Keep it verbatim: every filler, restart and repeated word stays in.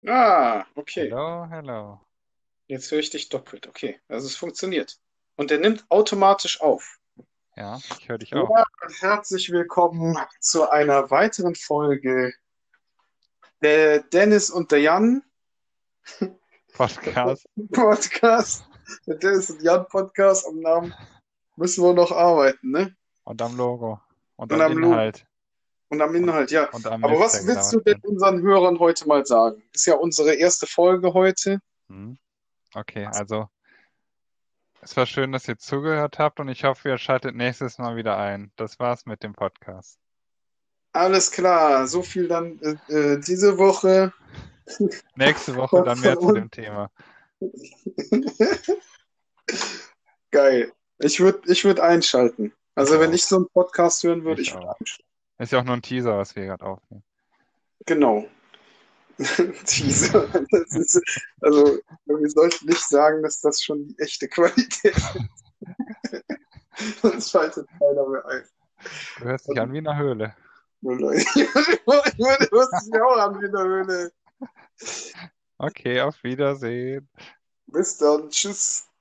Ah, okay. Hello, hello. Jetzt höre ich dich doppelt. Okay, also es funktioniert. Und der nimmt automatisch auf. Ja, ich höre dich auch. Ja, herzlich willkommen zu einer weiteren Folge der Dennis und der Jan Podcast Podcast. Der Dennis und Jan Podcast. Am Namen müssen wir noch arbeiten, ne? und am Logo und Und am am Logo Inhalt und am und, Inhalt, ja. und am Aber Mist, der was willst du gelabert denn wird. unseren Hörern heute mal sagen? Ist ja unsere erste Folge heute. Hm? Okay, also es war schön, dass ihr zugehört habt und ich hoffe, ihr schaltet nächstes Mal wieder ein. Das war's mit dem Podcast. Alles klar, so viel dann äh, äh, diese Woche Nächste Woche von dann von mehr zu uns. dem Thema. Geil. Ich würde ich würd einschalten. Ich Also wenn auch. ich so einen Podcast hören würde, Ich ich würde auch. einschalten. Ist ja auch nur ein Teaser, was wir gerade aufnehmen. Genau. Diese, das ist, also wir sollten nicht sagen, dass das schon die echte Qualität ist. Sonst schaltet keiner mehr ein. Du hörst dich Also, an wie in einer Höhle. nur Leute, ich würde, was ich mir auch an wie eine Höhle. Okay, auf Wiedersehen. Bis dann. Tschüss.